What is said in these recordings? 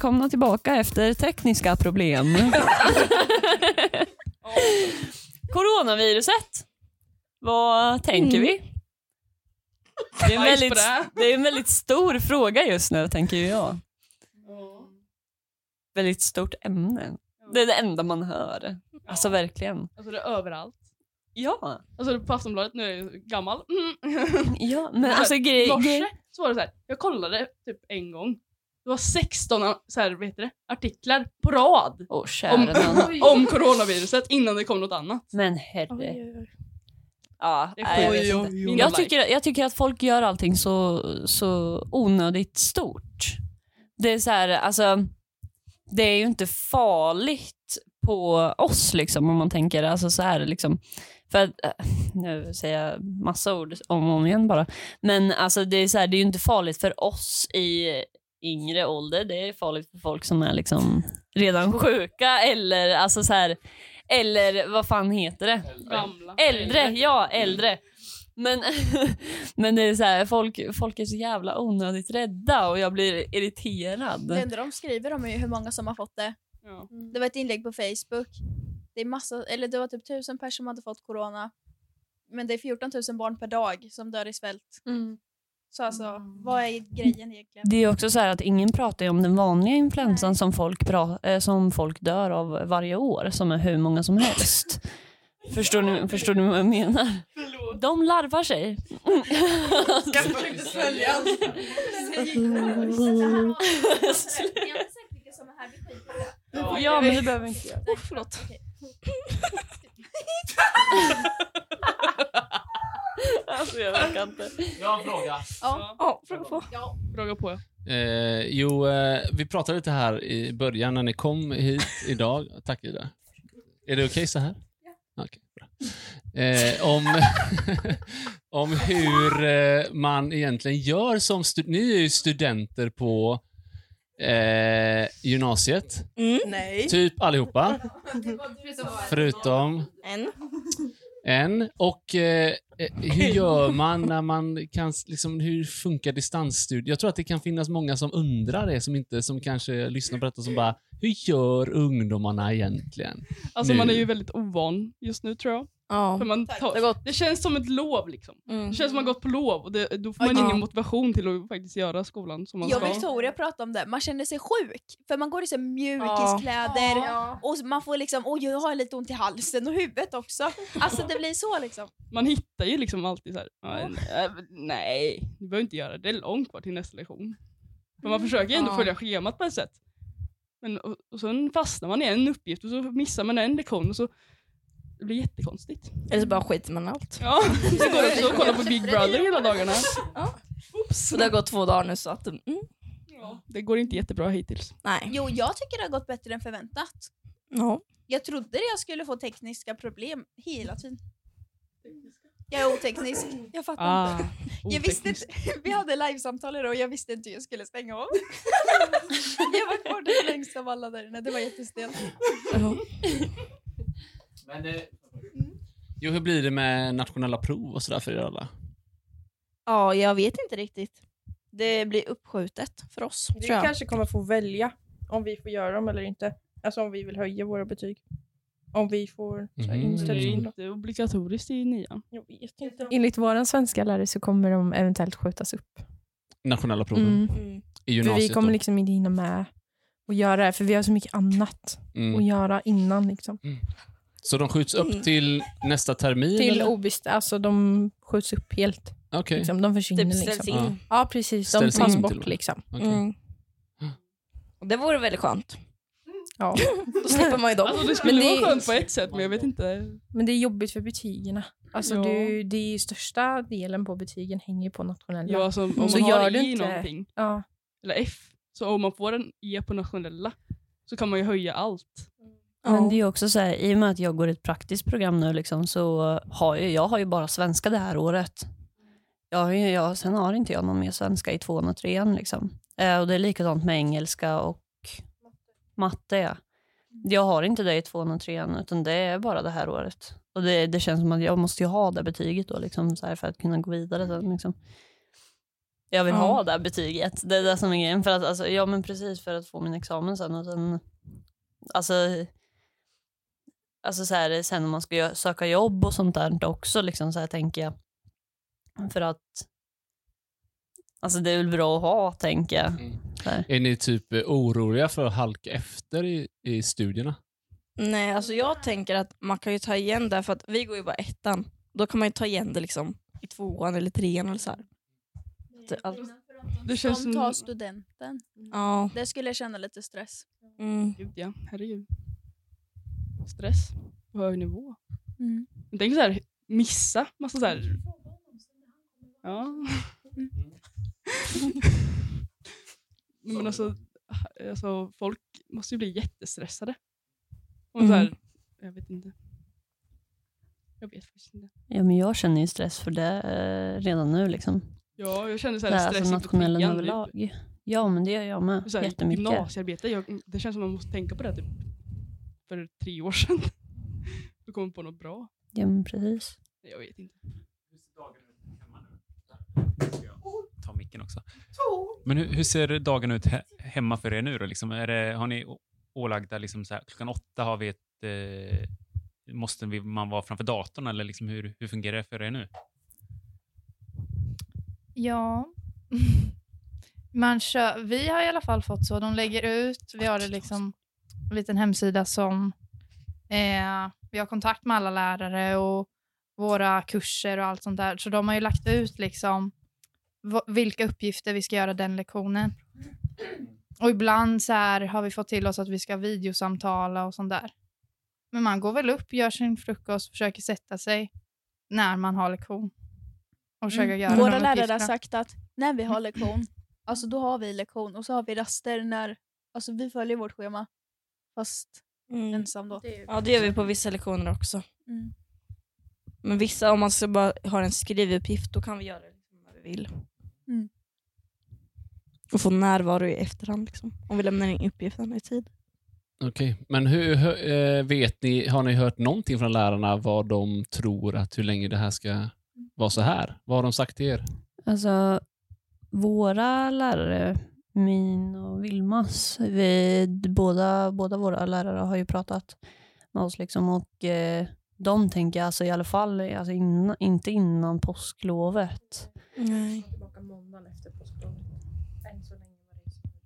välkomna tillbaka efter tekniska problem. Coronaviruset. Vad tänker vi? Det är en väldigt stor fråga just nu, tänker jag. Väldigt stort ämne. Det är det enda man hör. Alltså verkligen. Alltså det är överallt. Ja. Alltså på Aftonbladet, nu är jag gammal. Ja, men alltså morse så var det så här. Jag kollade typ en gång. Det var 16 så här, vet du, artiklar på rad om coronaviruset innan det kom något annat. Men herre. Ja, jag tycker att folk gör allting så onödigt stort. Det är så här, alltså det är ju inte farligt på oss liksom, om man tänker alltså så här liksom, för att, nu säger jag massa ord om igen bara, men alltså det är så här, det är ju inte farligt för oss i yngre ålder, det är farligt för folk som är liksom redan sjuka eller alltså så här, eller vad fan heter det? Gamla. Äldre. Men det är så här, folk är så jävla onödigt rädda och jag blir irriterad. Det enda de skriver om är ju hur många som har fått det. Ja. Det var ett inlägg på Facebook. Det var typ 1000 personer som hade fått corona. Men det är 14 000 barn per dag som dör i svält. Så alltså, vad är grejen egentligen? Det är också så här att ingen pratar om den vanliga influensan som folk dör av varje år, som är hur många som helst. Förstår ni vad jag menar? Förlåt. De larvar sig. Jag försökte svälja. Ja, men det behöver inte göra. Förlåt. Alltså jag vet inte. Jag har en fråga. Ja, fråga på. Ja. Fråga på. Vi pratade lite här i början när ni kom hit idag. Tack Ida. Är det okej så här? Ja. Okej, bra. Om hur man egentligen gör som ni är ju studenter på gymnasiet. Nej. Typ allihopa. Förutom en. Och hur gör man när man kan liksom, hur funkar distansstudier? Jag tror att det kan finnas många som undrar det, som kanske lyssnar på detta, som bara, hur gör ungdomarna egentligen? Alltså man är ju väldigt ovan just nu, tror jag. Ja. För det känns som ett lov liksom. Det känns som man gått på lov och då får man ingen motivation till att faktiskt göra skolan som man ska. Jag och Victoria pratade om det. Man känner sig sjuk för man går i så mjukiskläder och man får liksom, jag har lite ont i halsen och huvudet också. Alltså det blir så liksom. Man hittar ju liksom alltid så här, nej, du behöver inte göra det. Det är långt kvar till nästa lektion. För man försöker ju ändå följa schemat på ett sätt. Men och sen fastnar man i en uppgift och så missar man en lektion och så det blir jättekonstigt. Eller så bara skiter man allt. Ja, det går också att kolla på Big Brother hela dagarna. Ja. Så det har gått 2 dagar nu så att det går inte jättebra hittills. Nej. Jo, jag tycker det har gått bättre än förväntat. Ja. Jag trodde jag skulle få tekniska problem hela tiden. Jag är oteknisk. Jag fattar inte. Jag visste inte. Vi hade livesamtal idag och jag visste inte hur jag skulle stänga av. Jag var kvar det längst av alla där inne. Det var jättestelt. Men hur blir det med nationella prov och sådär för er alla? Ja, jag vet inte riktigt. Det blir uppskjutet för oss. Vi kanske kommer få välja om vi får göra dem eller inte. Alltså om vi vill höja våra betyg. Om vi får Det är inte obligatoriskt i 9:an. Jag vet inte. Enligt våran svenska lärare så kommer de eventuellt skjutas upp. Nationella proven i gymnasiet. För vi kommer liksom inte hinna med att göra det. För vi har så mycket annat att göra innan liksom. Så de skjuts upp till nästa termin? Till obestämt. Alltså de skjuts upp helt. Okej. Liksom, de försvinner Typ ställs liksom. in. Ja, precis. De tas bort liksom. Okay. Och det vore väldigt skönt. Ja. Då slipper man ju dem. Alltså det skulle vara skönt på ett sätt, men jag vet inte. Men det är jobbigt för betygerna. Alltså det är största delen på betygen hänger på nationella. Ja, alltså, om så man gör har du i inte någonting, eller F, så om man får en E på nationella så kan man ju höja allt. Men det är ju också så här, i och med att jag går ett praktiskt program nu liksom, så har ju bara svenska det här året. Sen har inte jag någon mer svenska i 2 och 3:an liksom. Och det är likadant med engelska och matte. Ja. Jag har inte det i 2 och 3:an utan det är bara det här året. Och det känns som att jag måste ju ha det betyget då liksom, så här, för att kunna gå vidare. Så, liksom. jag vill ha det här betyget. Det är det som är grejen. För att, alltså, ja men precis, för att få min examen sen. Och sen alltså så här, sen om man ska söka jobb och sånt där också liksom, så här tänker jag. För att alltså det är väl bra att ha, tänker jag. Är ni typ oroliga för att halka efter i studierna? Nej, alltså jag tänker att man kan ju ta igen det, för att vi går ju bara 1:an. Då kan man ju ta igen det liksom i 2:an eller 3:an eller så här. Det känns som tar studenten. Ja. Det skulle jag känna lite stress. Gud, ja, herregud. Stress på hög nivå. Jag tänker så här, missa massa så här. Ja. Men alltså folk måste ju bli jättestressade. Och så här, jag vet faktiskt inte. Ja, men jag känner ju stress för det redan nu liksom. Ja, jag känner så här stress inför nationella överlag. Ja, men det gör jag med. Så här, jättemycket. Gymnasiearbete, det känns som man måste tänka på det typ för 3 år sedan. Du kommer på något bra. Ja, men precis. Jag vet inte. Ta micken också. Men hur ser dagen ut hemma för er nu då? Liksom, har ni ålagda liksom så här, klockan 8 har vi måste man vara framför datorn, eller liksom hur fungerar det för er nu? Ja. Vi har i alla fall fått så. De lägger ut, vi har det liksom en liten hemsida som vi har kontakt med alla lärare och våra kurser och allt sånt där. Så de har ju lagt ut liksom vilka uppgifter vi ska göra den lektionen. Och ibland så här har vi fått till oss att vi ska videosamtala och sånt där. Men man går väl upp, gör sin frukost, försöker sätta sig när man har lektion. Och försöka göra våra lärare har sagt att när vi har lektion, alltså då har vi lektion, och så har vi raster när, alltså vi följer vårt schema fast ensam då. Ja, det gör vi på vissa lektioner också. Men vissa, om man ska bara ha en skrivuppgift, då kan vi göra det när vi vill. Och få närvaro i efterhand liksom, om vi lämnar in uppgifterna i tid. Okej, men hur vet ni, har ni hört någonting från lärarna vad de tror att hur länge det här ska vara så här? Vad har de sagt till er? Alltså, våra lärare, min och Vilmas, båda våra lärare har ju pratat med oss liksom, och de tänker alltså i alla fall alltså inte innan påsklovet. Nej. Tillbaka måndagen efter påsklovet. Än så länge var det så.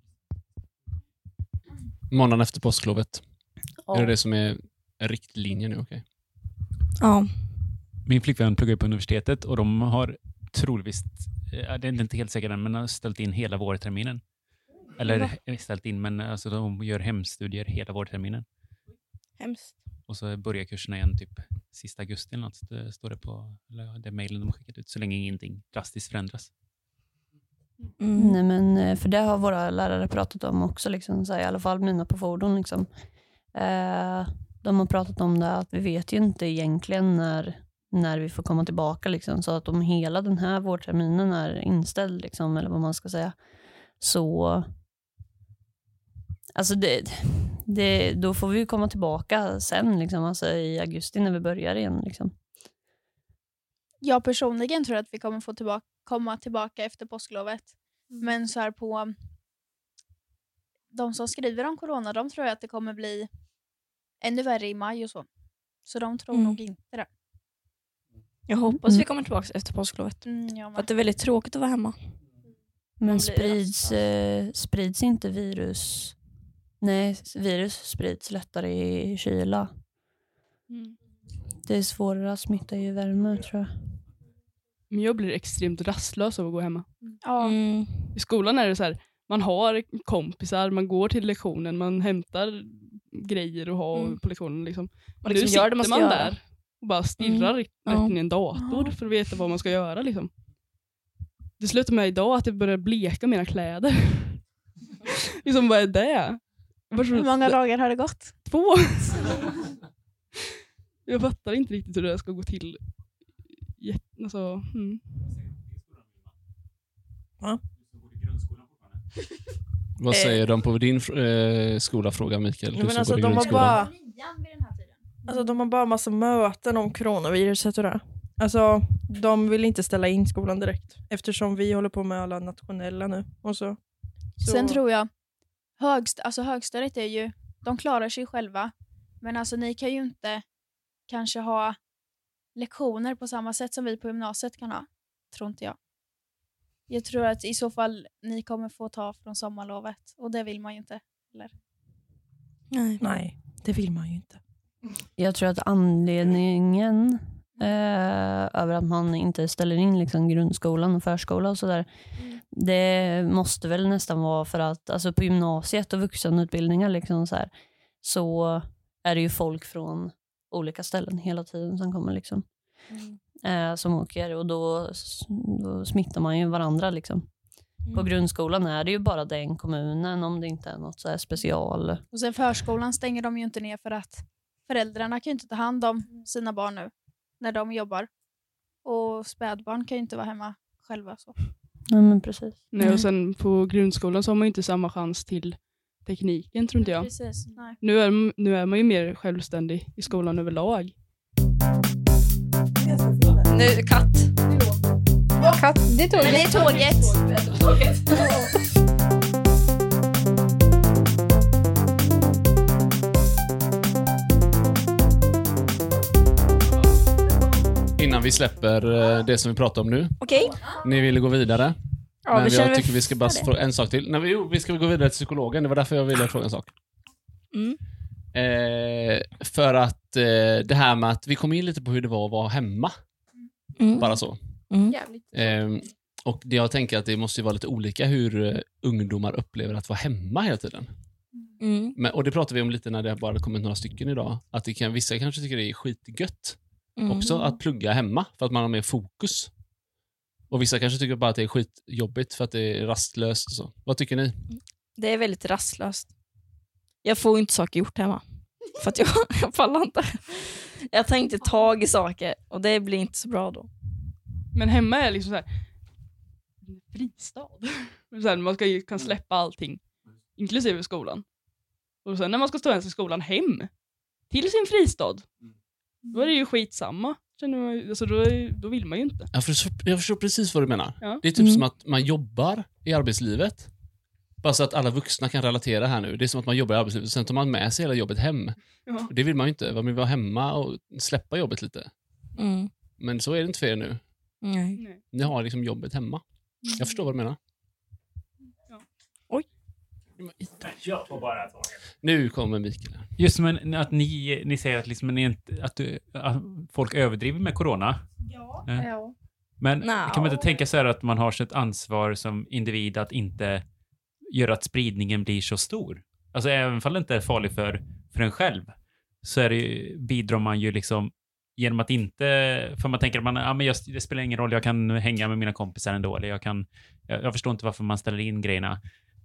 Måndagen efter påsklovet. Ja. Är det som är riktlinjen nu? Okej. Ja. Min flickvän pluggar på universitetet och de har troligtvis, det är inte helt säkert, men har ställt in hela vårterminen. Eller ställt in, men alltså de gör hemstudier hela vårterminen. Hemskt. Och så börjar kurserna igen typ sista augusti eller något. Det står det på det mejlen de har skickat ut, så länge ingenting drastiskt förändras. Nej, men för det har våra lärare pratat om också liksom, så här, i alla fall mina på fordon liksom. De har pratat om det att vi vet ju inte egentligen när vi får komma tillbaka liksom, så att om hela den här vårterminen är inställd liksom, eller vad man ska säga, så alltså då får vi ju komma tillbaka sen liksom, alltså i augusti när vi börjar igen liksom. Jag personligen tror att vi kommer få komma tillbaka efter påsklovet. Men så här på de som skriver om corona, de tror att det kommer bli ännu värre i maj och så. Så de tror nog inte det. Jag hoppas vi kommer tillbaka efter påsklovet. För att det är väldigt tråkigt att vara hemma. Men sprids inte virus? Nej, virus sprids lättare i kyla. Det är svårare att smitta i värme, tror jag. Men jag blir extremt rastlös av att gå hemma. Ja. I skolan är det så här, man har kompisar, man går till lektionen, man hämtar grejer och har på lektionen liksom. Och liksom nu sitter man där och bara stirrar rätt in i en dator för att veta vad man ska göra liksom. Det slutar med idag att jag börjar bleka mina kläder. Liksom, vad är det? Hur många dagar har det gått? 2. Jag fattar inte riktigt hur det ska gå till. Alltså, Ja. Vad säger de på din skola, fråga Mikael? Men alltså, de har bara massa möten om coronaviruset och det. Alltså, de vill inte ställa in skolan direkt. Eftersom vi håller på med alla nationella nu. Och så. Sen tror jag, högstadiet är ju, de klarar sig själva. Men alltså ni kan ju inte kanske ha lektioner på samma sätt som vi på gymnasiet kan ha. Tror inte jag. Jag tror att i så fall ni kommer få ta från sommarlovet. Och det vill man ju inte. Eller? Nej, det vill man ju inte. Jag tror att anledningen över att man inte ställer in liksom grundskolan och förskola och sådär, det måste väl nästan vara för att alltså på gymnasiet och vuxenutbildningar liksom så är det ju folk från olika ställen hela tiden som kommer liksom. Som åker, och då smittar man ju varandra liksom. På grundskolan är det ju bara den kommunen, om det inte är något så här special. Och sen förskolan stänger de ju inte ner för att föräldrarna kan ju inte ta hand om sina barn nu när de jobbar. Och spädbarn kan ju inte vara hemma själva så. Ja, men precis. Nej, och sen på grundskolan så har man ju inte samma chans till tekniken, tror inte jag. Precis, nej. Nu är man ju mer självständig i skolan överlag. Nu, katt. Katt, det är tåget. Det är tåget. Innan vi släpper det som vi pratar om nu. Okej. Ni ville gå vidare. Ja, men vi jag tycker vi ska bara fråga en sak till. Vi ska gå vidare till psykologen. Det var därför jag ville fråga en sak. För att det här med att vi kom in lite på hur det var att vara hemma. Bara så. Och det jag tänker att det måste ju vara lite olika hur ungdomar upplever att vara hemma hela tiden. Men, och det pratar vi om lite när det bara kommit några stycken idag. Att vissa kanske tycker det är skitgött också att plugga hemma för att man har mer fokus. Och vissa kanske tycker bara att det är skitjobbigt för att det är rastlöst och så. Vad tycker ni? Det är väldigt rastlöst. Jag får inte saker gjort hemma. För att jag pallar inte. Jag tar inte tag i saker och det blir inte så bra då. Men hemma är liksom så här fristad. Så här, man kan släppa allting, inklusive skolan. Och sen när man ska stå ens i skolan hem till sin fristad, då är det ju skitsamma. Alltså då vill man ju inte. Jag förstår precis vad du menar. Ja. Det är typ som att man jobbar i arbetslivet. Bara så att alla vuxna kan relatera här nu. Det är som att man jobbar i arbetslivet och sen tar man med sig hela jobbet hem. Ja. Det vill man ju inte. Man vill vara hemma och släppa jobbet lite. Men så är det inte för er nu. Nej. Ni har liksom jobbet hemma. Jag förstår vad du menar. Ja. Oj. Jag tror bara att Nu kommer Mikael. Just men att ni säger att liksom att folk överdriver med corona. Ja. Men kan man inte tänka så här att man har ett ansvar som individ att inte göra att spridningen blir så stor? Alltså även om det inte är farligt för en själv, så är bidrar man ju liksom genom att inte, för man tänker att det spelar ingen roll, jag kan hänga med mina kompisar ändå, eller jag förstår inte varför man ställer in grejerna.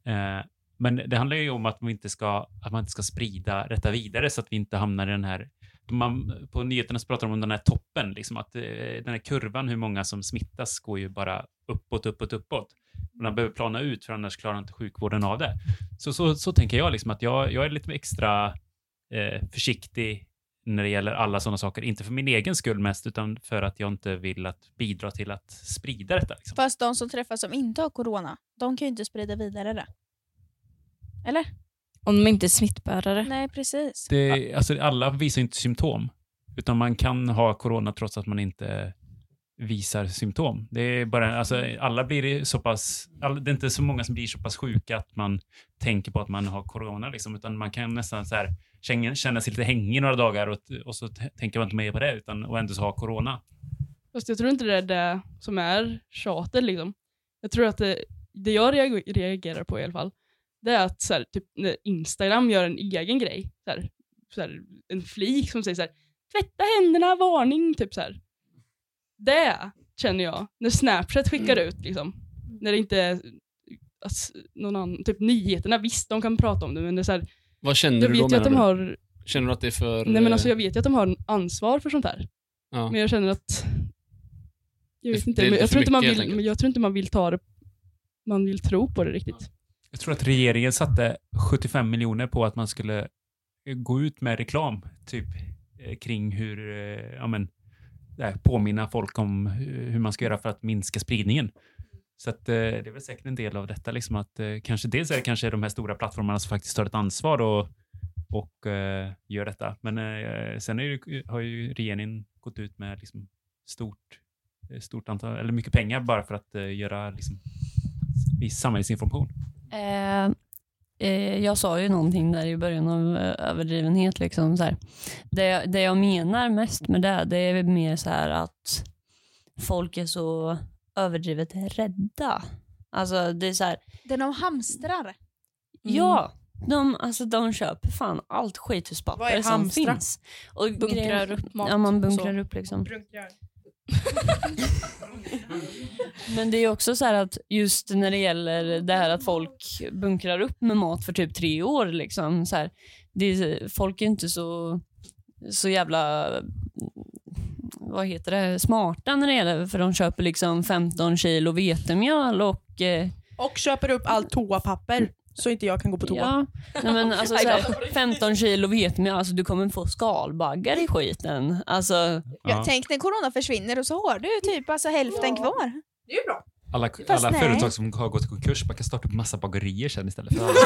Men det handlar ju om att man inte ska sprida detta vidare så att vi inte hamnar i den här, på nyheterna så pratar de om den här toppen, liksom att den här kurvan, hur många som smittas går ju bara uppåt. Man behöver plana ut, för annars klarar inte sjukvården av det. Så tänker jag liksom att jag är lite extra försiktig när det gäller alla sådana saker. Inte för min egen skull mest, utan för att jag inte vill bidra till att sprida detta. Liksom. Fast de som träffas som inte har corona, de kan ju inte sprida vidare det. Eller? Om de inte är smittbärare. Nej, precis. Alltså, alla visar inte symptom. Utan man kan ha corona trots att man inte visar symptom. Det är bara, alltså, alla blir så pass, det är inte så många som blir så pass sjuka att man tänker på att man har corona liksom, utan man kan nästan så här känna sig lite hängig några dagar och så tänker man inte mer på det och ändå så ha corona. Fast jag tror inte det är det som är tjatet liksom. Jag tror att det jag reagerar på i alla fall, det är att så här, typ, när Instagram gör en egen grej, så här, en flik som säger så här, tvätta händerna, varning, typ så här. Det känner jag när Snapchat skickar ut liksom, när det inte är någon annan, typ nyheterna, visst de kan prata om det, men det är så här, vad känner du då? Känner du att det är för... Nej, men alltså jag vet ju att de har ansvar för sånt här. Ja. Men jag känner att jag vet inte, jag tror inte man vill ta det, man vill tro på det riktigt. Jag tror att regeringen satte 75 miljoner på att man skulle gå ut med reklam typ kring hur påminna folk om hur man ska göra för att minska spridningen. Så att, det är väl säkert en del av detta. Liksom att, kanske dels är det kanske de här stora plattformarna som faktiskt tar ett ansvar och gör detta. Men sen har ju regeringen gått ut med liksom stort antal, eller mycket pengar bara för att göra liksom, samhällsinformation. Jag sa ju någonting där i början av överdrivenhet. Liksom, så här. Det jag menar mest med det är mer så här att folk är så överdrivet rädda. Alltså det är så här. Det är de hamstrar. Ja. De köper fan allt skithuspapper som hamstra? finns. Och bunkrar upp mat. Ja, man bunkrar upp liksom. Men det är också så här att just när det gäller det här att folk bunkrar upp med mat för typ 3 år liksom, så här, folk är inte så jävla smarta när det gäller, för de köper liksom 15 kilo vetemjöl och köper upp allt toapapper så inte jag kan gå på toa. Ja, nej, men alltså så här, 15 kilo vetemjöl, alltså du kommer få skalbaggar i skiten. Alltså, tänk när corona försvinner och så har du typ alltså hälften kvar. Det är ju bra. Alla företag som har gått i konkurs bara kan starta upp massa bagerier sen istället för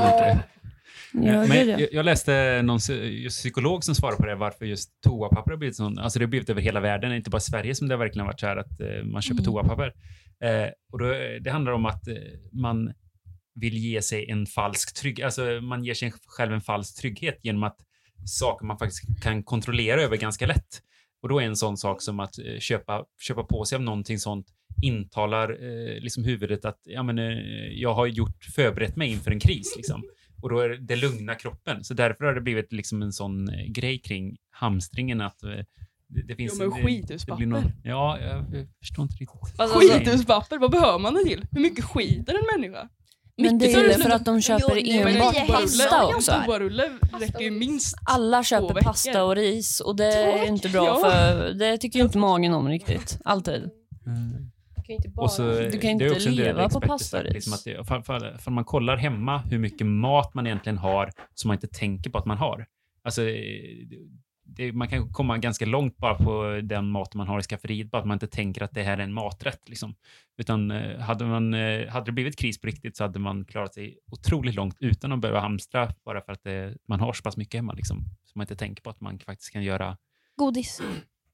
Men jag läste någon psykolog som svarade på det, varför just toapapper har blivit sån, alltså det har blivit över hela världen, inte bara i Sverige som det verkligen har varit så här att man köper toapapper. Och då, det handlar om att man vill ge sig en falsk trygghet, alltså man ger sig själv en falsk trygghet genom att saker man faktiskt kan kontrollera över ganska lätt. Och då är en sån sak som att köpa på sig av någonting sånt intalar liksom huvudet att jag har förberett mig inför en kris liksom. Och då är det lugna kroppen. Så därför har det blivit liksom en sån grej kring hamstringen att det finns... Jo, men skithuspapper. Ja, jag förstår inte riktigt. Skithuspapper, vad behöver man det till? Hur mycket skiter en människa? Men det är för att de köper enbart pasta också. Toarulle räcker ju minst. Alla köper pasta och ris och det är inte bra för det tycker ju inte magen om riktigt. Alltid. Du kan inte leva på pasta och ris. Liksom för man kollar hemma hur mycket mat man egentligen har som man inte tänker på att man har. Alltså man kan komma ganska långt bara på den mat man har i skafferiet, bara att man inte tänker att det här är en maträtt liksom. Utan hade det blivit kris på riktigt så hade man klarat sig otroligt långt utan att behöva hamstra, bara för att man har så pass mycket hemma liksom, så man inte tänker på att man faktiskt kan göra godis.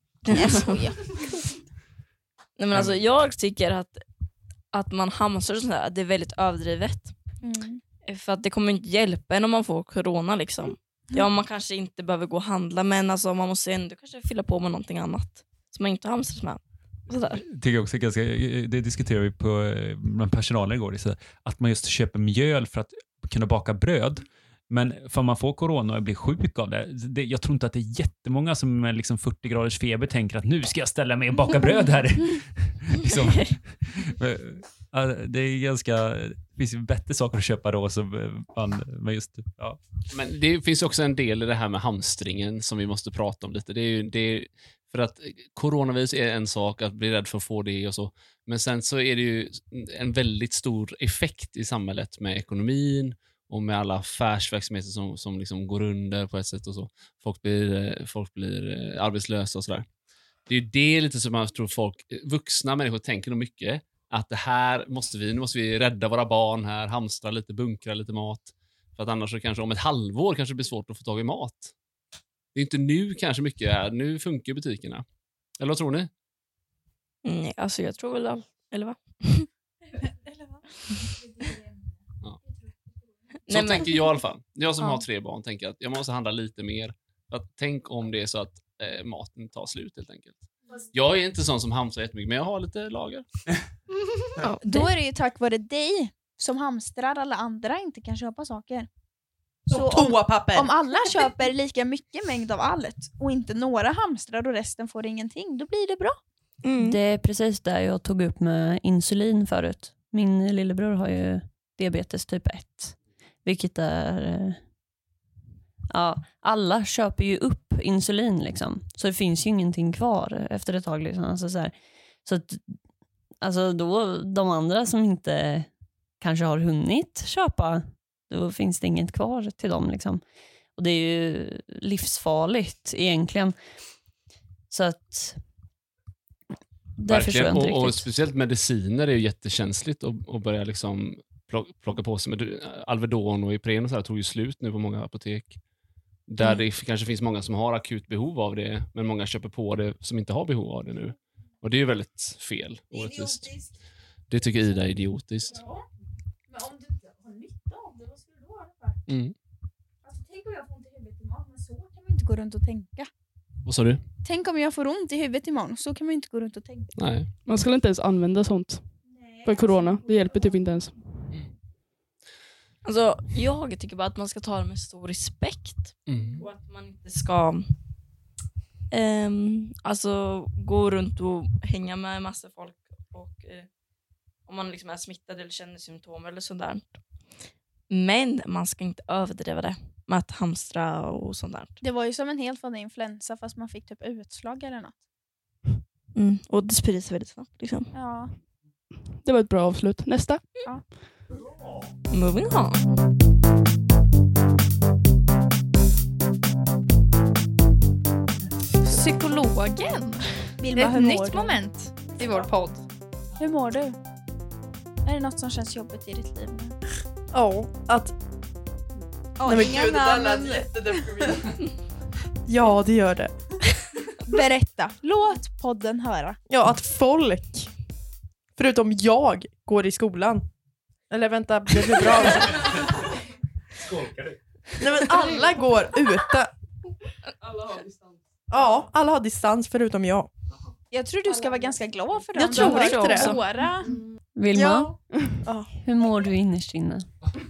Nej, men alltså, jag tycker att man hamstrar och sådär, det är väldigt överdrivet. För att det kommer inte hjälpa en om man får corona liksom. Ja, man kanske inte behöver gå och handla, men alltså, man måste ändå kanske fylla på med någonting annat som man inte hamstrar med. Sådär. Tycker jag också ganska, det diskuterar vi bland personalen igår, så att man just köper mjöl för att kunna baka bröd. Men för man får corona och blir sjuk av det, jag tror inte att det är jättemånga som med liksom 40 graders feber tänker att nu ska jag ställa mig och baka bröd här. Liksom. Det är det finns ju bättre saker att köpa då men just, ja. Men det finns också en del i det här med hamstringen som vi måste prata om lite. Det är för att coronavirus är en sak, att bli rädd för att få det och så. Men sen så är det ju en väldigt stor effekt i samhället med ekonomin och med alla affärsverksamheter som liksom går under på ett sätt och så. Folk blir arbetslösa och sådär. Det är ju det lite som man tror vuxna människor tänker nog mycket. Att det här nu måste vi rädda våra barn här, hamstra lite, bunkra lite mat. För att annars så kanske om ett halvår kanske det blir svårt att få tag i mat. Det är inte nu kanske mycket här. Nu funkar butikerna. Eller vad tror ni? Nej, alltså jag tror väl eller vad? Ja. Så tänker jag i alla fall. Jag som har 3 barn tänker att jag måste handla lite mer. Att tänk om det är så att maten tar slut helt enkelt. Jag är inte sån som hamstrar jättemycket, men jag har lite lager. Då är det ju tack vare dig som hamstrar alla andra inte kan köpa saker. Så om alla köper lika mycket mängd av allt och inte några hamstrar och resten får ingenting, då blir det bra. Det är precis det jag tog upp med insulin förut. Min lillebror har ju diabetes typ 1. Vilket är... alla köper ju upp insulin liksom. Så det finns ju ingenting kvar efter ett tag liksom. Alltså, så att då de andra som inte kanske har hunnit köpa, då finns det inget kvar till dem liksom. Och det är ju livsfarligt egentligen. Så att Verkligen. Och speciellt mediciner är ju jättekänsligt att börja liksom plocka på sig. Men Alvedon och Ipren och så här tog ju slut nu på många apotek. Där det kanske finns många som har akut behov av det, men många köper på det som inte har behov av det nu. Och det är ju väldigt fel. Orättvist. Det tycker Ida är idiotiskt. Ja. Men om du inte har nytta av det, vad skulle du då ha det för? Alltså, tänk om jag får ont i huvudet imorgon, men så kan man inte gå runt och tänka. Vad sa du? Tänk om jag får ont i huvudet imorgon, så kan man inte gå runt och tänka. Nej. Man skulle inte ens använda sånt för corona. Det hjälper typ inte ens. Alltså, jag tycker bara att man ska ta det med stor respekt. Och att man inte ska alltså gå runt och hänga med massa folk. Och om man liksom är smittad eller känner symptom eller sådär. Men man ska inte överdriva det med att hamstra och sånt där. Det var ju som en helt vanlig influensa fast man fick typ utslag eller något. Och det sprider sig väldigt snabbt liksom. Ja. Det var ett bra avslut. Nästa. Ja. Moving on. Psykologen. Ett nytt moment i vår podd. Hur mår du? Är det något som känns jobbigt i ditt liv nu? Ja, att... Oh, nej men gud, det där lät jättedeprimerande. Ja, det gör det. Berätta. Låt podden höra. Ja, att folk, förutom jag, går i skolan. Eller vänta, det blir bra. Skolkar du? Nej men alla går ute. Alla har distans. Ja, alla har distans förutom jag. Jag tror du ska vara ganska glad för dem. Jag tror inte det. Några. Vilma, Ja. hur mår du innerst inne?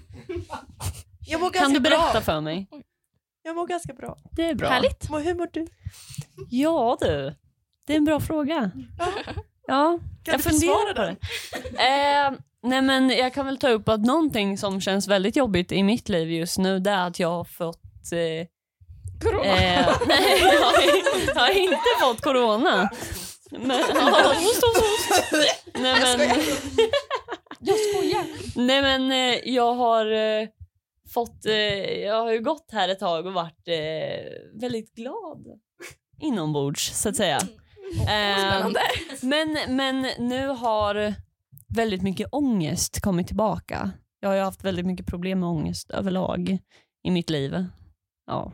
Jag mår Kan ganska du berätta bra. för mig? Jag mår ganska bra. Det är bra. Härligt. Hur mår du? Ja du, det är en bra fråga. Ja, Kan jag du besvara funderar på det. Nej men jag kan väl ta upp att någonting som känns väldigt jobbigt i mitt liv just nu, det är att jag har fått Corona. Nej, jag har inte fått corona. Men, host. Nej, men, Jag skojar. nej men jag har fått, jag har ju gått här ett tag och varit väldigt glad inombords så att säga. Spännande. Men nu har väldigt mycket ångest kommit tillbaka. Jag har ju haft väldigt mycket problem med ångest överlag i mitt liv. Ja.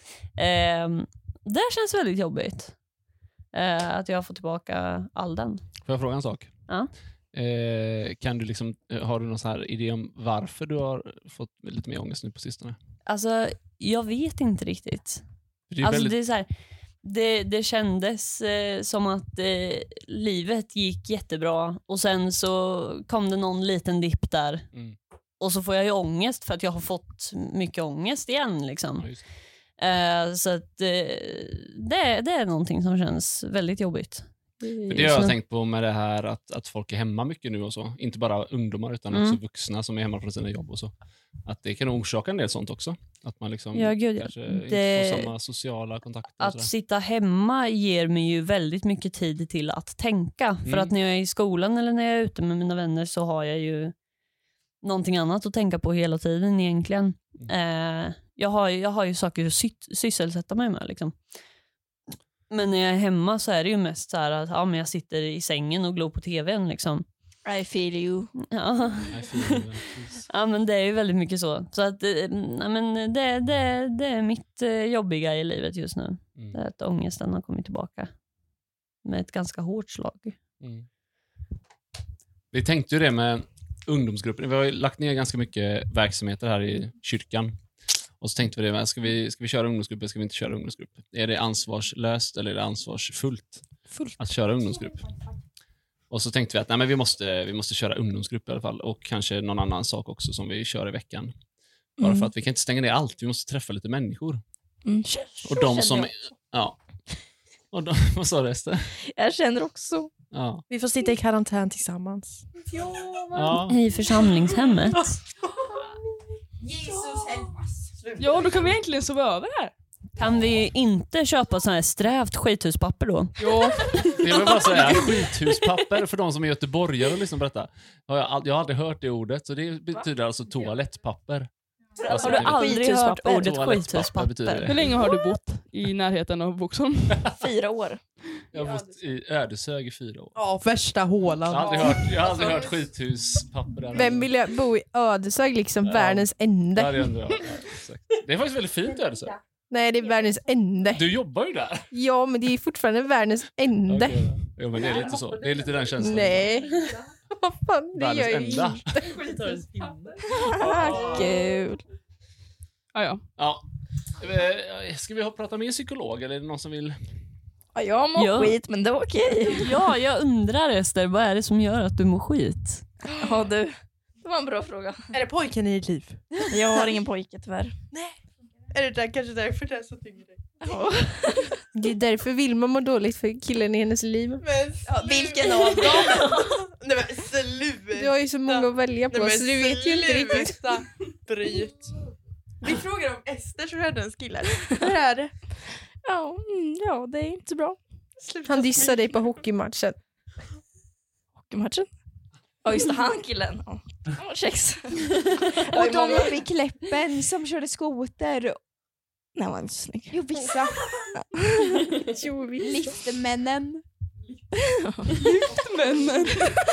Det känns väldigt jobbigt. Att jag får tillbaka all den. Får jag fråga en sak? Ja. Kan du liksom, har du någon sån här idé om varför du har fått lite mer ångest nu på sistone? Alltså, jag vet inte riktigt. Det är alltså, väldigt... det är så här, det kändes som att livet gick jättebra och sen så kom det någon liten dipp där. Och så får jag ju ångest för att jag har fått mycket ångest igen liksom. Ja, så att det är någonting som känns väldigt jobbigt. För det har jag tänkt på med det här att folk är hemma mycket nu och så. Inte bara ungdomar utan också vuxna som är hemma från sina jobb och så. Att det kan orsaka en del sånt också. Att man liksom kanske inte får samma sociala kontakter. Att sitta hemma ger mig ju väldigt mycket tid till att tänka. För att när jag är i skolan eller när jag är ute med mina vänner så har jag ju någonting annat att tänka på hela tiden egentligen. Jag har ju saker att sysselsätta mig med liksom. Men när jag är hemma så är det ju mest så här att men jag sitter i sängen och glor på tvn liksom. I feel you. Ja. Ja, men det är ju väldigt mycket så. Så att men det är mitt jobbiga i livet just nu. Det är att ångesten har kommit tillbaka med ett ganska hårt slag. Vi tänkte ju det med ungdomsgruppen. Vi har ju lagt ner ganska mycket verksamheter här i kyrkan. Och så tänkte vi det, ska vi köra ungdomsgrupp eller ska vi inte köra ungdomsgrupp? Är det ansvarslöst eller är det ansvarsfullt att köra ungdomsgrupp? Och så tänkte vi att nej, men vi måste köra ungdomsgrupp i alla fall. Och kanske någon annan sak också som vi kör i veckan. Bara för att vi kan inte stänga ner allt. Vi måste träffa lite människor. Och de som... Ja. Och de, vad sa du, Ester? Jag känner också. Ja. Vi får sitta i karantän tillsammans. Ja. I församlingshemmet. Jesus helpas. Ja, då kan vi egentligen sova över här. Kan vi inte köpa sån här strävt skithuspapper då? Ja. Jag vill bara säga, skithuspapper för de som är göteborgare och liksom berätta. Jag har aldrig hört det ordet, så det betyder alltså toalettpapper. Har du aldrig hört ordet skithuspapper? betyder det. Hur länge har du bott i närheten av Boxholm? 4 år. Jag har bott i Ödeshög i 4 år. Ja, värsta hålan. Jag har aldrig hört skithuspapper där. Vem vill jag bo i Ödeshög, liksom världens ände? Ja, det är faktiskt väldigt fint Ödeshög. Nej, det är världens ände. Du jobbar ju där. Ja, men det är fortfarande världens ände. Okay. Ja, men det är lite så. Det är lite den känslan. Nej. Vad fan, det gör jag inte. Gud. Ja. Ska vi prata med en psykolog eller är det någon som vill? Ja, jag mår skit, men det är okej. Ja, jag undrar Ester, vad är det som gör att du mår skit? Ja, du. Det var en bra fråga. Är det pojken i ditt liv? Jag har ingen pojke tyvärr. Nej. Är det där, kanske därför det är så tyngre? Ja. Det är därför Vilma mår dåligt för killen i hennes liv. Men vilken av dem? Nej men sluta. Du har ju så många att välja på, så du vet ju inte riktigt. Bryt. Vi frågar om Ester så hörde en killar. Hur är det? Ja, det är inte så bra. Han dissade dig på hockeymatchen. Hockeymatchen? Ja, just det, han killen. Kex. Och de uppe i Kläppen som körde skoter. Nej, var inte snygg. Jo, vissa. Liftmännen. Liftmännen.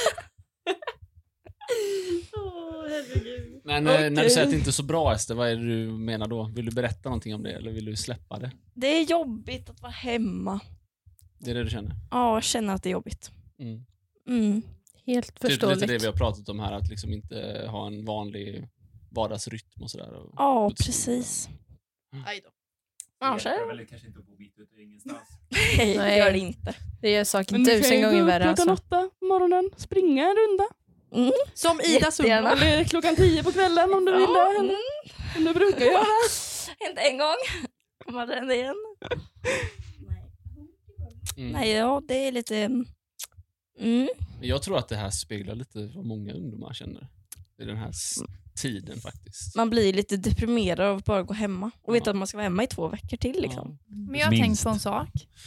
Men när du säger att det inte är så bra, Ester, vad är det du menar då? Vill du berätta någonting om det eller vill du släppa det? Det är jobbigt att vara hemma. Det är det du känner? Ja, jag känner att det är jobbigt. Helt förståeligt. Typ lite det vi har pratat om här, att liksom inte ha en vanlig vardagsrytm och sådär. Ja, precis. Aj då. Jag är väl kanske inte bo mitt ute ingenstans. Nej, gör det inte. Det gör saken 1000 gånger värre. Klockan 8 på morgonen, springa en runda. Som Ida Sundberg. Eller klockan 10 på kvällen om du vill det. Som du brukar göra. Inte en gång. Kommer det hända igen? Nej, det är lite... Jag tror att det här speglar lite vad många ungdomar känner i den här tiden faktiskt. Man blir lite deprimerad av att bara gå hemma och veta att man ska vara hemma i 2 veckor till liksom. Men jag har tänkt på en sak.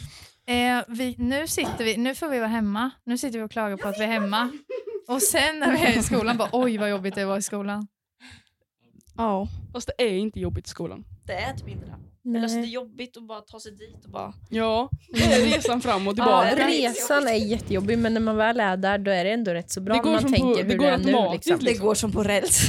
Nu får vi vara hemma. Nu sitter vi och klagar på att vi är hemma. Och sen när vi är i skolan bara, oj vad jobbigt det var i skolan. Ja. Fast det är inte jobbigt i skolan. Det är typ inte det. Eller alltså, det är jobbigt att bara ta sig dit och bara... Ja, det är resan fram och tillbaka. Ja, resan är jättejobbig, men när man väl är där då är det ändå rätt så bra. Det går, man tänker hur det är nu. Liksom. Det går som på räls.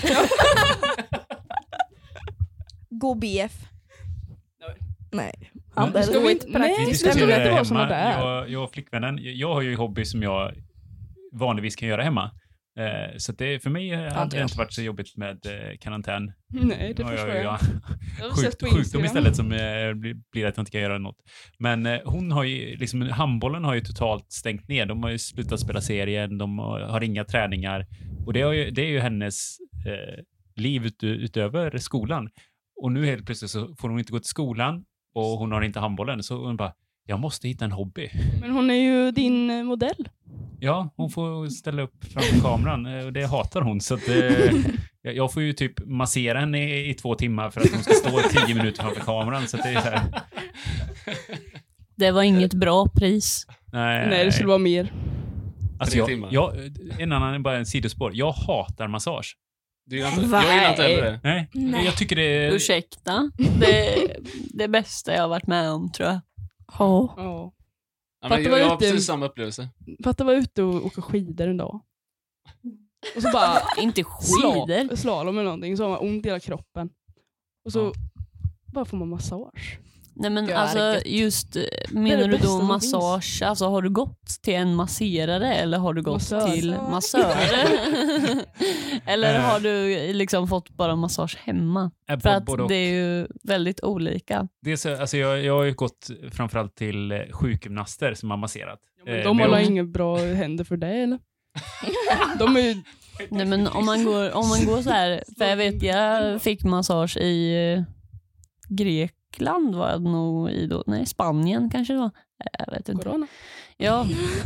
Gå BF. Nej. Vi diskuterar hemma. Jag och flickvännen. Jag har ju hobby som jag vanligtvis kan göra hemma. Så det, för mig har det inte varit så jobbigt med karantän. Nej, det förstår jag. Sjukdom istället som blir att jag inte kan göra något. Men hon har ju, liksom, handbollen har ju totalt stängt ner. De har ju slutat spela serien, de har inga träningar. Och det är ju hennes liv utöver skolan. Och nu helt plötsligt så får hon inte gå till skolan och hon har inte handbollen. Så hon bara, jag måste hitta en hobby. Men hon är ju din modell. Ja, hon får ställa upp framför kameran och det hatar hon. Så att, jag får ju typ massera henne i 2 timmar för att hon ska stå 10 minuter framför kameran. Så att det är så här. Det var inget bra pris. Nej, det skulle vara mer. Alltså en annan, bara en sidospår. Jag hatar massage. Jag gillar inte heller det. Nej. Jag tycker det är... Ursäkta. Det är det bästa jag har varit med om, tror jag. Ja, men jag har precis samma upplevelse. Fatta vara ute och åka skidor en dag. Och så bara... inte skidor. Slalom eller någonting. Så har man ont i hela kroppen. Och så bara får man massage. Nej men alltså just, menar du då massage, alltså har du gått till en masserare eller har du gått till massörer? Eller har du liksom fått bara massage hemma? För att det är ju väldigt olika. Det är så, alltså jag har ju gått framförallt till sjukgymnaster som har masserat. Ja, men de har inga bra händer för det eller? De är ju... Nej men om man går så här, för jag vet jag fick massage i Grekland var jag nog i då. Nej, Spanien kanske det var. Jag vet inte. Corona. Ja.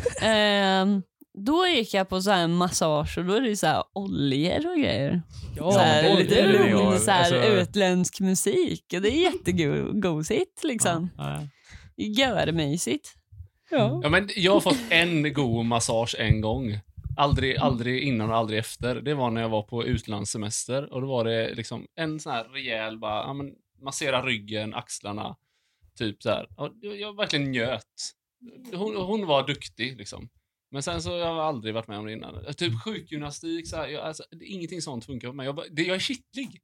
Då gick jag på så här massage och då är det så här oljor och grejer. Ja, så här, lite rolig så här alltså... utländsk musik och det är jättegosigt liksom. Görmysigt. Ja, men jag har fått en god massage en gång. Aldrig innan och aldrig efter. Det var när jag var på utlandssemester och då var det liksom en sån här rejäl bara, massera ryggen, axlarna typ så här. Jag verkligen njöt hon var duktig liksom. Men sen så har jag aldrig varit med om det innan. Typ sjukgymnastik, så här, alltså, ingenting sånt funkar för mig. Jag är kittlig.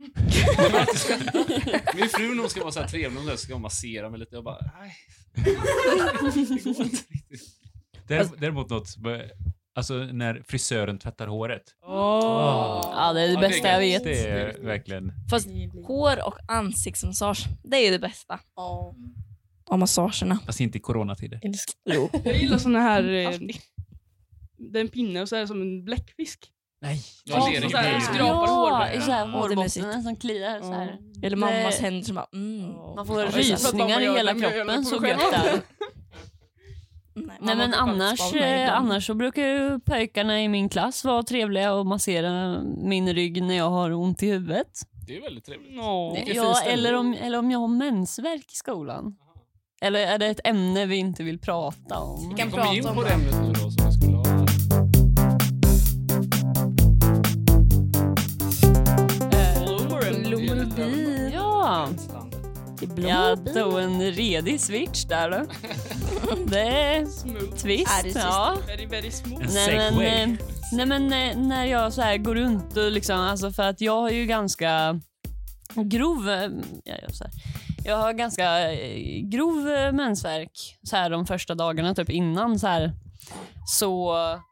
Min fru, hon ska vara så här trevlig, och ska jag massera mig lite. Jag bara, nej. Det går inte riktigt. Däremot något, alltså när frisören tvättar håret. Ja, det är det bästa jag vet. Det är verkligen. Fast hår och ansiktsmassage, det är ju det bästa. Av massagerna. Fast inte i coronatider. Jo. Jag gillar såna här... det är en pinne och så är det som en bläckfisk. Nej. Ja, så här, skrapar hår. Så här hårbotten som kliar så här. Eller mammas händer som bara... Man får rysningar i hela kroppen så gött där. Nej, men annars så brukar ju pojkarna i min klass vara trevliga och massera min rygg när jag har ont i huvudet. Det är väldigt trevligt. Ja, eller om jag har mensvärk i skolan. Eller är det ett ämne vi inte vill prata om? Vi kan prata in på det ämnet nu då som vi skulle ha. Blommorbi. Ja. Jag tog en redig switch där då. Det är twist. Ja. Very smooth. Nej men när jag så här går runt och liksom, alltså för att jag har ju ganska grov jag har ganska grov mensvärk så här de första dagarna typ innan så här. Så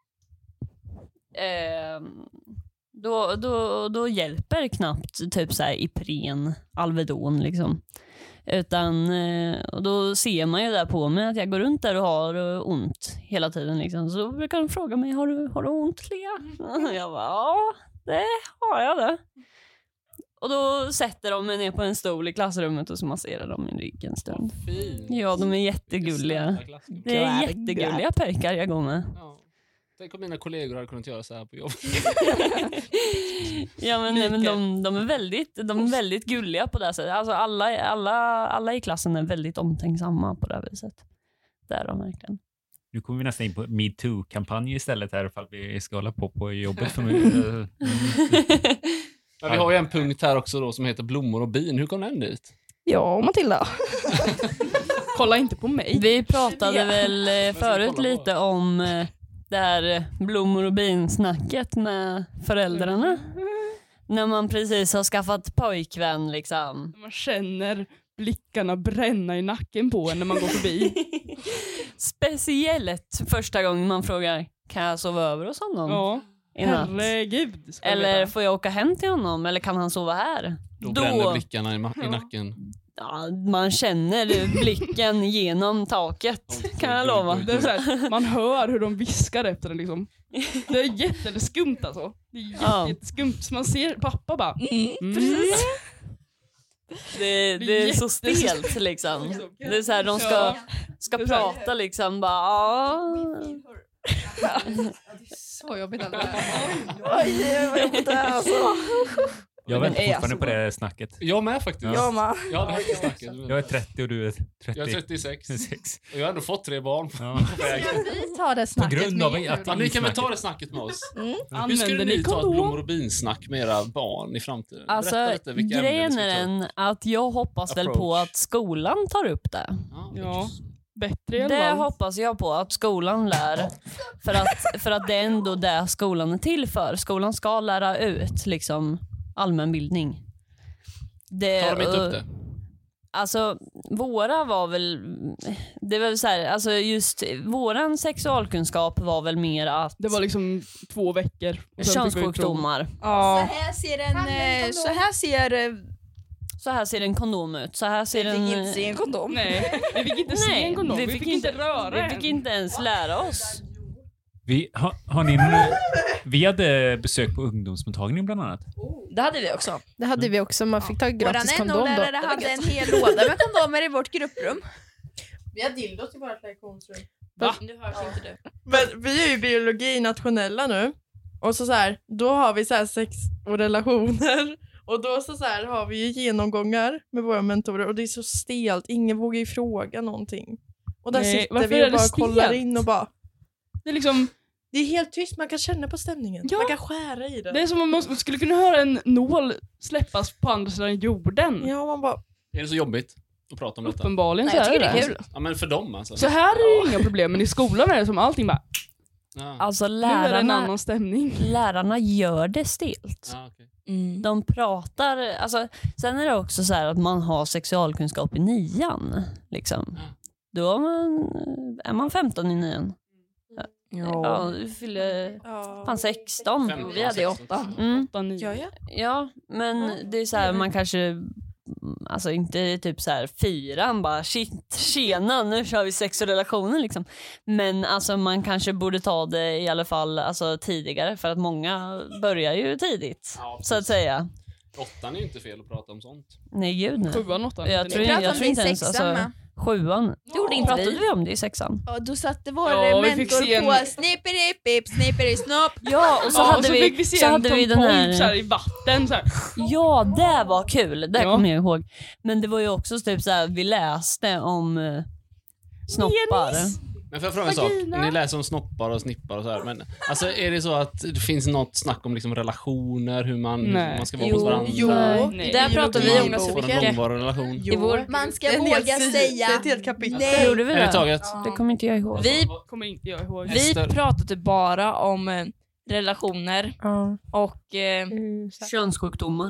då hjälper knappt typ så här Ipren, Alvedon liksom. Utan och då ser man ju där på mig att jag går runt där och har ont hela tiden liksom. Så brukar de fråga mig, har du ont, Lea? Jag bara, ja, det har jag det. Och då sätter de mig ner på en stol i klassrummet och så masserar de min rygg en stund. Ja, de är jättegulliga. Det är jättegulliga pojkar jag går med. Ja. Tänk om mina kollegor hade kunnat göra så här på jobb. Ja, men de är väldigt gulliga på det sättet. Alltså alla i klassen är väldigt omtänksamma på det här viset. Det är de verkligen. Nu kommer vi nästan in på MeToo-kampanj istället här ifall vi ska hålla på jobbet för mig. Men vi har ju en punkt här också då som heter blommor och bin. Hur kom den dit? Ja, Matilda. Kolla inte på mig. Vi pratade väl förut lite om det här blommor och bin-snacket med föräldrarna. När man precis har skaffat pojkvän liksom. Man känner blickarna bränna i nacken på en när man går förbi. Speciellt första gången man frågar, kan jag sova över hos honom? Ja. Herregud. Eller får jag åka hem till honom? Eller kan han sova här? Då bränner blickarna i nacken. Ja, man känner blicken genom taket, kan jag lova. Det är så här, man hör hur de viskar efter det liksom. Det är jätteskumt alltså. Det är jätteskumt. Så man ser pappa bara. Precis. Det är så stelt liksom. Det är så här, de ska prata liksom bara. Det är så jobbigt alla. Oj, vad jobbigt det är alltså. Jag väntar fortfarande på det snacket. Jag med faktiskt. Jag med. Jag hade det snacket. Jag är 30 och du är 30. Jag är 36. Och jag har ändå fått 3 barn på vägen. Vi tar det snacket på grund av att ni kan väl ta det snacket med oss. Hur skulle Använder ni ta ett kondom? blommor och binsnack med era barn i framtiden? Alltså, grejen är den att jag hoppas väl på att skolan tar upp det. Ja. Bättre i alla Det fall. hoppas jag på att skolan lär. För att det är ändå det skolan är till för. Skolan ska lära ut liksom allmänbildning. Tar de inte upp det? Alltså, våra var väl... Det var så här, alltså just våran sexualkunskap var väl mer att... Det var liksom 2 veckor. Könssjukdomar. Ja. Så här ser en kondom ut. Så här ser Vi fick inte se en kondom. Nej, vi fick inte se en kondom. Vi fick inte röra Vi fick inte ens lära oss. Vi hade besök på ungdomsmottagningen bland annat. Det hade vi också. Det hade vi också. Man fick ta gratis kondom då. NO-lärare hade en hel låda med kondomer i vårt grupprum. Vi har dildos i vårt lektionsrum. Nu hörs inte du. Men vi är ju biologi nationella nu. Och så här, då har vi så här sex och relationer. Och då så här har vi ju genomgångar med våra mentorer. Och det är så stelt. Ingen vågar ju fråga någonting. Och där sitter vi och bara kollar in och bara... Det är liksom... Det är helt tyst, man kan känna på stämningen. Ja. Man kan skära i det. Det är som om man skulle kunna höra en nål släppas på andra sidan jorden. Ja, man bara... Är det så jobbigt? och prata om detta. Uppenbarligen så jag är tycker det det är kul. Ja, men för dem alltså. Så här är det inga problem, men i skolan är det som allting bara... Ja. Alltså Nu är det en annan lärarna, stämning. lärarna gör det stelt. Ja, okay. De pratar, alltså, sen är det också så här att man har sexualkunskap i 9:an. Liksom. Då är man 15 i 9:an. Ja, du fyller fan 16. 15, Vi hade 8. 8-9. Ja, men det är så här, man kanske alltså inte typ så här 4:an bara shit, tjena, nu kör vi sex och relationer liksom. Men alltså man kanske borde ta det i alla fall alltså tidigare, för att många börjar ju tidigt, så att säga. 8:an är ju inte fel att prata om sånt. Nej gud nej. 7:an, 8:an. Jag tror inte ens alltså 7:an. Gjorde inte pratade vi om det i 6:an? Ja, då satte vår vi fick se mentor en- på snipperi-pip, snipperi-snopp. Ja, och så Ja, hade och så vi fick vi se så en hade vi Tom den Pope så här här. i vatten så här. Ja, det var kul. Det Ja. kommer jag ihåg. Men det var ju också typ så här, vi läste om snoppar. Men får jag fråga en sak? Ni läser om snoppar och snippar och så här, men alltså är det så att det finns något snack om liksom relationer, hur man ska vara mot varandra? Jo. Nej. Där pratar vi om Får en mycket. långvarig relation. I vår... Man ska Det är en hel våga sida, säga det är ett helt kapitel. nej. Gjorde vi Är det det? taget? Det kommer inte jag ihåg. Vi, Kommer inte jag ihåg. vi Ester. pratade bara om relationer Ja. och Könssjukdomar.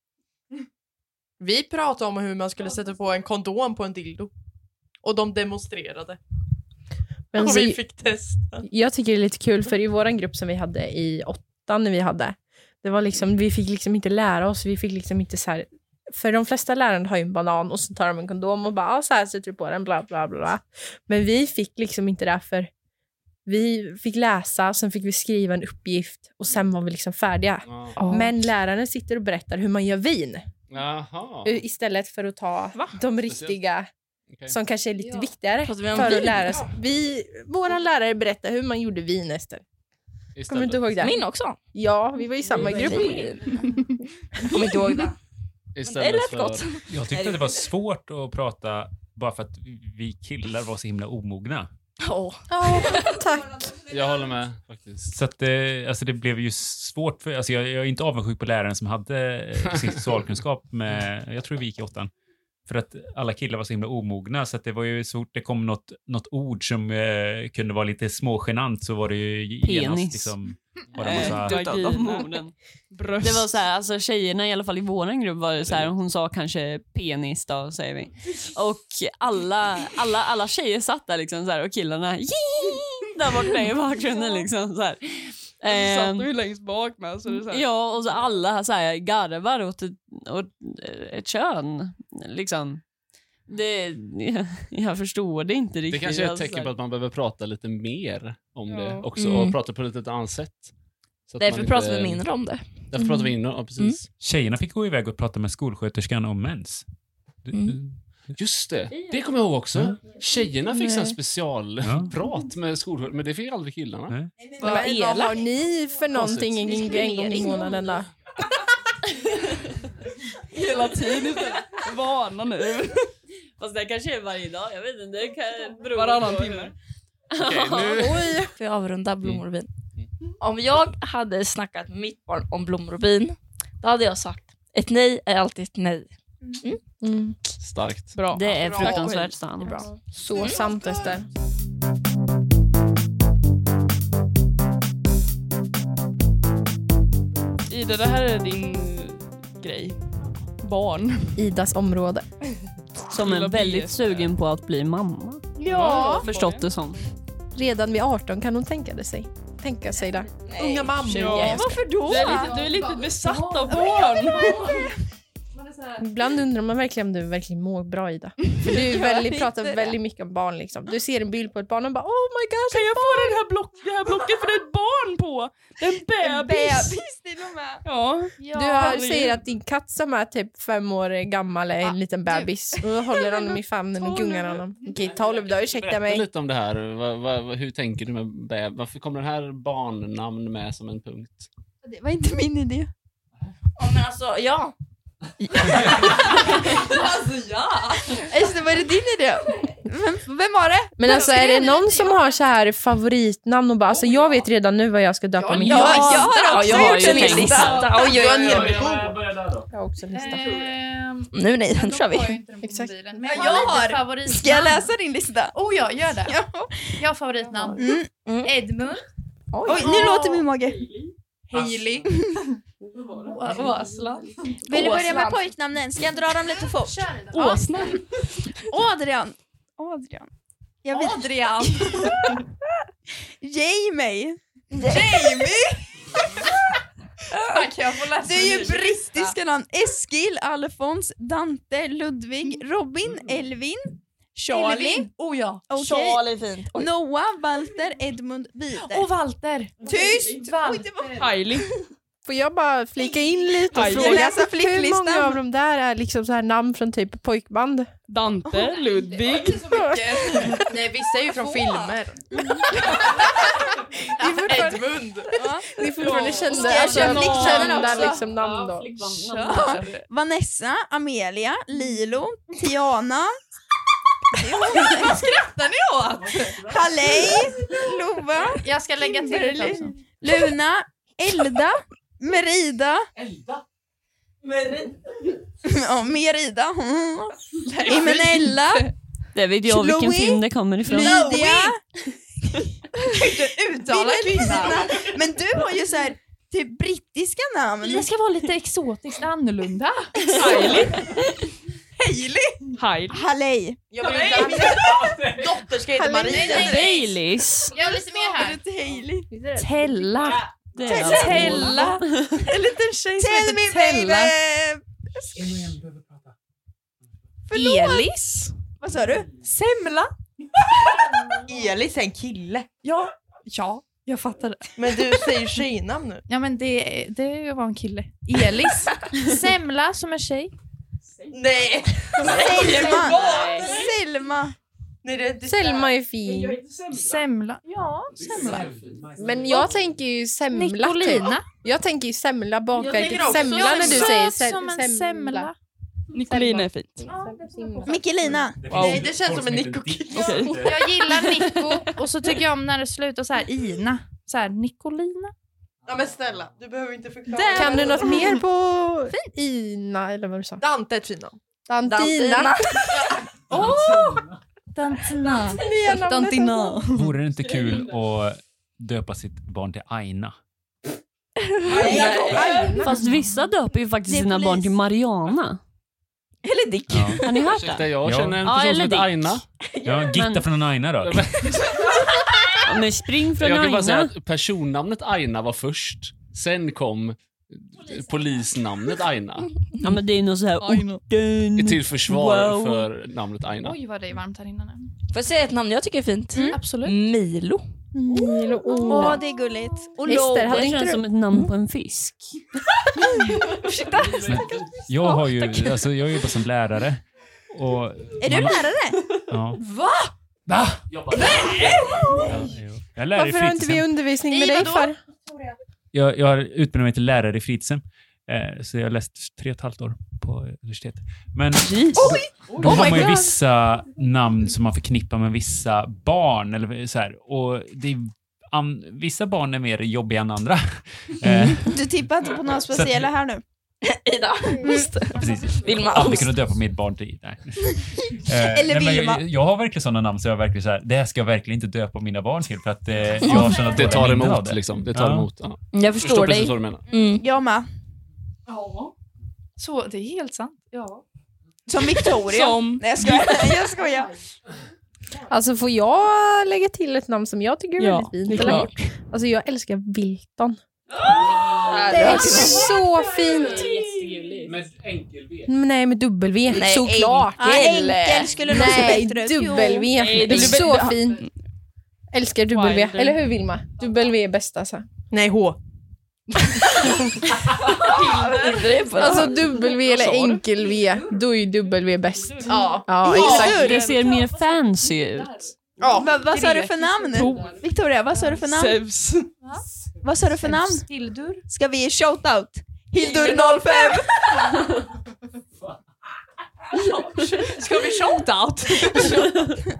Vi pratade om hur man skulle sätta på en kondom på en dildo. Och de demonstrerade. Men och så, vi fick testa. jag tycker det är lite kul, för i våran grupp som vi hade i 8:an när vi hade, det var liksom, vi fick liksom inte lära oss, vi fick liksom inte så här, för de flesta lärare har ju en banan och så tar de en kondom och bara så här sätter du på den, bla bla bla. Men vi fick liksom inte det, för vi fick läsa, sen fick vi skriva en uppgift och sen var vi liksom färdiga. Men läraren sitter och berättar hur man gör vin Jaha. istället för att ta de riktiga Okej. som kanske är lite viktigare Pratar vi om för vin? att lära sig. Våran lärare berättar hur man gjorde vin, Ester. Kommer du inte ihåg det? min också. Ja, vi var i samma grupp. Jag kommer inte ihåg det. Istället Det lät för- gott. Jag tyckte att det var svårt att prata bara för att vi killar var så himla omogna. Ja, tack. Jag håller med faktiskt. Så att alltså det blev ju svårt för, alltså jag är inte avundsjuk på läraren som hade sexualkunskap med, jag tror vi gick i 8:an. För att alla killar var så himla omogna, så att det var ju så fort det kom något ord som kunde vara lite smågenant, så var det ju genast Penis. liksom var det massa, Vagina. Bröst. Det var så här, alltså tjejerna i alla fall i våran grupp var det så här, hon sa kanske penis då, säger vi. Och alla tjejer satt där liksom så här, och killarna där borta i bakgrunden liksom så här. Så satt du ju längst bak med. Så det är så här. Ja, och så alla så här garvar åt ett kön liksom. Jag förstår det inte Det riktigt. kanske är ett alltså. tecken på att man behöver prata lite mer om Ja. det också, och prata på ett annat sätt. Så att Därför man pratar inte- vi mindre om det. Därför pratar vi mindre, ja precis. tjejerna fick gå iväg och prata med skolsköterskan om mens. Just det kommer jag ihåg också. Tjejerna fick en Ja. specialprat med skolsköterskan, men det fick aldrig killarna. Nej. Vad har ni för någonting en gång i månaden då? Hela tiden. Vana nu. Fast det kanske är varje dag, jag vet inte. Det kan bero Varannan på timme. Okej, nu... Oj. Får jag avrunda blommor och vin? Om jag hade snackat med mitt barn om blommor och vin, då hade jag sagt ett nej är alltid ett nej. Starkt. Bra. Det är Bra. fruktansvärt Det är sant. bra. Så sant, Ester. Ida, det här är din grej. Barn. Idas område. Som är Lilla väldigt BS. sugen på att bli mamma. Jag Ja. har förstått det som. Redan vid 18 kan hon tänka sig det. Unga mamma. Ja. Varför då? Du är lite besatt av barn. Ibland undrar man verkligen om du verkligen mår bra, Ida. För du pratar väldigt mycket om barn liksom. Du ser en bild på ett barn och bara oh my gosh. Kan jag få det här blocket för det är ett barn på? Det är en bebis. det är nog med. Ja. Du säger att din katt som är typ 5 år gammal är en liten bebis. Och du håller honom i famnen och gungar honom. Okej, 12 då, ursäkta Berätta mig. lite om det här. Hur tänker du med varför kommer det här barnnamn med som en punkt? Det var inte min idé. Ja, men alltså, ja. Ester, var det din idé? Vem var det? Men alltså är det någon som har så här favoritnamn och bara alltså jag vet redan nu vad jag ska döpa min katt. Jag har också jag har gjort ju en tänkt lista. Oj, oj, oj. Jag har också en lista. Nu kör vi. Exakt. Men jag har favoritnamn. Ska jag läsa din lista? Oh ja, gör det. Jag har favoritnamn. Edmund. Oj, nu låter min mage. Hailey. Åsland. Vill du börja med pojknamnen? Ska jag dra dem lite fort? Åsnan. Adrian. Jag vet. Adrian. Jamie. Det är ju brittiska namn. Eskil, Alfons, Dante, Ludvig, Robin, Elvin, Charlie. Oh ja. Okay. Charlie fint. Oj. Noah, Walter, Edmund, Vide. Och Walter. Tyst! Hailey. Får jag bara flika in lite och Aj, fråga läsa hur flicklistan. många av de där är liksom så här namn från typ pojkband? Dante, Ludvig. Nej, vissa är ju från filmer. Edmund. Det är fortfarande kända, Ska jag köra flicknamnen också? liksom namn då. Vanessa, Amelia, Lilo, Tiana. Skrattar ni åt? Halej, Lova, Jag ska lägga till det också. Luna, Elda, Merida. Ja, Merida. Emenella, Det vet jag vilken Chloe, film det kommer ifrån. Lydia. Uttala kvinnan. Men du har ju så här typ brittiska namn. Det ska vara lite exotiskt annorlunda. Hailey. Halej. Jag vill inte att min dotter ska heta Maria. Baileys. Jag har lite mer här. Hailey. Tella. Det är Tella. En liten tjej som Tell me heter Tella. baby. Elis. Vad sa du? Semla. Elis är en kille. Ja, jag fattar det. Men du säger tjejnamn nu. Ja, men det var en kille. Elis. Semla som är tjej. Nej. Selma. Nej, det Selma är fin. Semla. Ja, semla. Men jag tänker ju semla. Nicolina. Typ. Jag tänker ju semla, Jag bakverket tänker också semla när du säger som en semla. Nicolina är fint. Mikkelina. Nej, det känns som en Nico-kiss. Jag gillar Nico och så tycker jag om när det slutar så här Ina. Så här Nicolina. Ja, men snälla, du behöver inte förklara. Kan du något mer på Ina eller vad du sa? Dante är ett fint namn. Dantina. Dantina. Vore det inte kul att döpa sitt barn till Aina? Fast vissa döper ju faktiskt sina barn till Mariana. Eller Dick. Ja. Har ni hört Ursäkta, det? jag Ja. känner en Ja, person som eller heter Dick. Aina. Ja, Gitta Men- från Aina då. Ja, men spring från Jag kan bara säga Aina. att personnamnet Aina var först. Sen kom polisnamnet Aina. Ja, men det är nog så här orten. Till försvar Wow. för namnet Aina. Oj, vad det är varmt här inne nu. Får jag säga ett namn jag tycker är fint? Absolut. Milo. Åh, det är gulligt. Och Ester, hade Det inte känns du? som ett namn på en fisk. Jag har ju, alltså jag jobbar som lärare. Och Är du lärare? Ja. Va? Va? Jag lär i Varför har inte vi fritidshem. undervisning med dig för? Jag har utbildat mig till lärare i fritidshem. Så jag har läst 3,5 år på universitet. Men då har man ju vissa namn som man förknippar med vissa barn. Eller så här. Och det är, vissa barn är mer jobbiga än andra. Du tippar inte på några speciella här nu. Ida. Ja, precis. Vilma. Aldrig kunnat döpa mitt barn till. Nej. Eller nej, men Vilma. jag har verkligen sådana namn så jag verkligen så här, det här ska jag verkligen inte döpa mina barn till för att jag har sådana Det tar dåliga minnen av emot det. liksom. Det tar Ja. emot. Ja. Jag förstår precis dig. vad du menar. Jag med. Ja. Så det är helt sant. Ja. Som Victoria. Som- Nej, jag skojar. Jag skojar. Alltså får jag lägga till ett namn som jag tycker är väldigt fint? det är Eller? klart. Alltså jag älskar Wilton. Det är så fint. Med enkel V. Nej, med W. Nej, Såklart. Ja, enkel skulle nog se Nej, bättre ut. W. Nej, Det är så W. fint. Älskar W. Wilder. Eller hur, Vilma? W är bäst alltså. Nej, H. Alltså W eller enkel V, då är ju W bäst. Ja. Ja, Ja, exakt. Det ser mer fancy ut. Vad sa du för namn? Victoria, vad sa du för namn? Zeus. Vad sa du för namn? Hildur. Ska vi ge shoutout? Hildur 05! Ska vi shout out?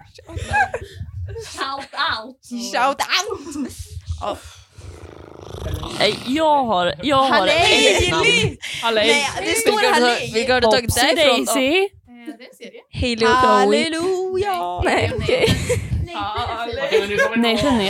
Shoutout! Jag har ett namn. Nej, det står Haley. Vilka har du tagit därifrån då? Daisy. Haley och Chloe. Halleluja. Nej, okej. Nej, känner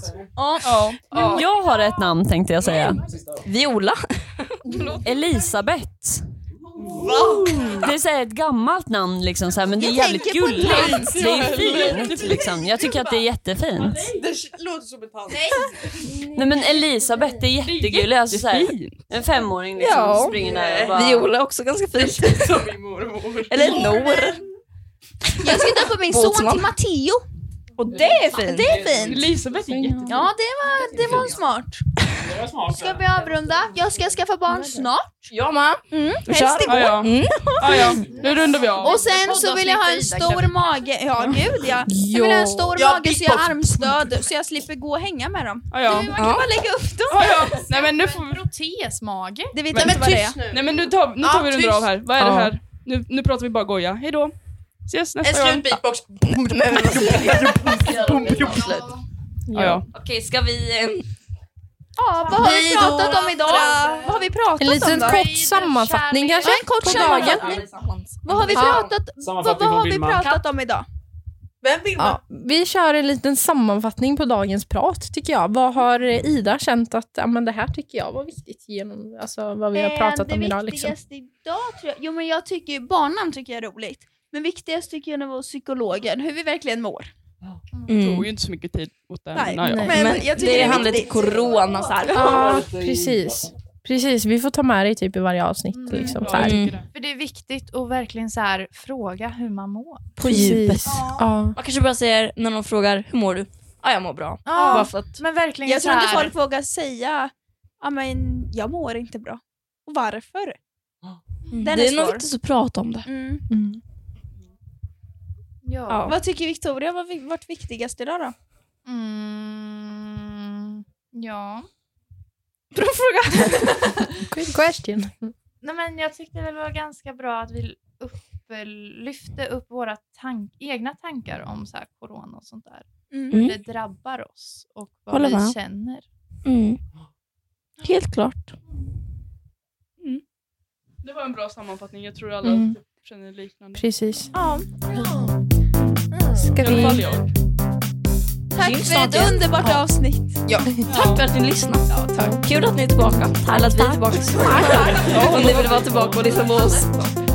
jag har ett namn tänkte jag säga. Viola. Elisabeth. Det är så här ett gammalt namn liksom, så här, men det är jävligt gulligt. Det är fint liksom. Jag tycker att det är jättefint. Det låter som ett hand. Nej men Elisabeth, det är jättegulligt. Alltså, så här, en 5-åring liksom springer där och bara... Viola är också ganska fint. Som min mormor. Eller Nor. Jag ska döpa min son till Matteo. Och det är fint. Det är fint. Elisabeth är jättefint. Ja, det var smart. Ska vi avrunda? Jag ska skaffa barn snart. Ja, ma. Helst igår. Nu rundar vi av. Och sen så vill jag ha en stor mage. Ja, gud ja. Jag vill ha en stor mage så jag har armstöd så jag slipper gå och hänga med dem. Man kan bara lägga upp dem. Nej men nu får vi protesmage. Det vet jag inte vad det är. Nej men nu tar vi rundar av här. Vad är det här? Nu pratar vi bara goja. Hej då. Ses nästa gång. En beatbox. Okej, ska vi... Vad har vi pratat om idag? Vad har vi pratat om då? En liten kort sammanfattning kanske? En kort sammanfattning. Vad har vi pratat om idag? Vem vill vi kör en liten sammanfattning på dagens prat tycker jag. Vad har Ida känt att men det här tycker jag var viktigt genom vad vi har pratat om idag? Det viktigaste idag tror jag. Jo men jag tycker barnnamn tycker jag är roligt. Men viktigast tycker jag var psykologen. Hur vi verkligen mår. Jag tog ju inte så mycket tid mot det. Nej. Men jag tycker det handlar lite corona så här. Ja, precis. Vi får ta med det typ i varje avsnitt. Liksom, så här. För det är viktigt att verkligen så här fråga hur man mår. På djupet. Man kanske bara säger när någon frågar, hur mår du? Ja, jag mår bra. Bara för att... Men verkligen jag tror inte folk vågar säga men jag mår inte bra. Och varför? Det är nog viktigt att prata om det. Ja. Vad tycker Victoria var vart viktigast idag då? Ja. Bra fråga. Good question. Nej, men jag tyckte det var ganska bra att vi lyfte upp våra egna tankar om så här corona och sånt där. Hur det drabbar oss och vad vi känner. Helt klart. Det var en bra sammanfattning. Jag tror alla känner liknande. Precis. Ja. Ska vi... Tack för ett underbart avsnitt. Ja. Tack för att ni lyssnade. Kul att ni är tillbaka. Eller att vi är tillbaka. Om ni vill vara tillbaka och lyssna på oss.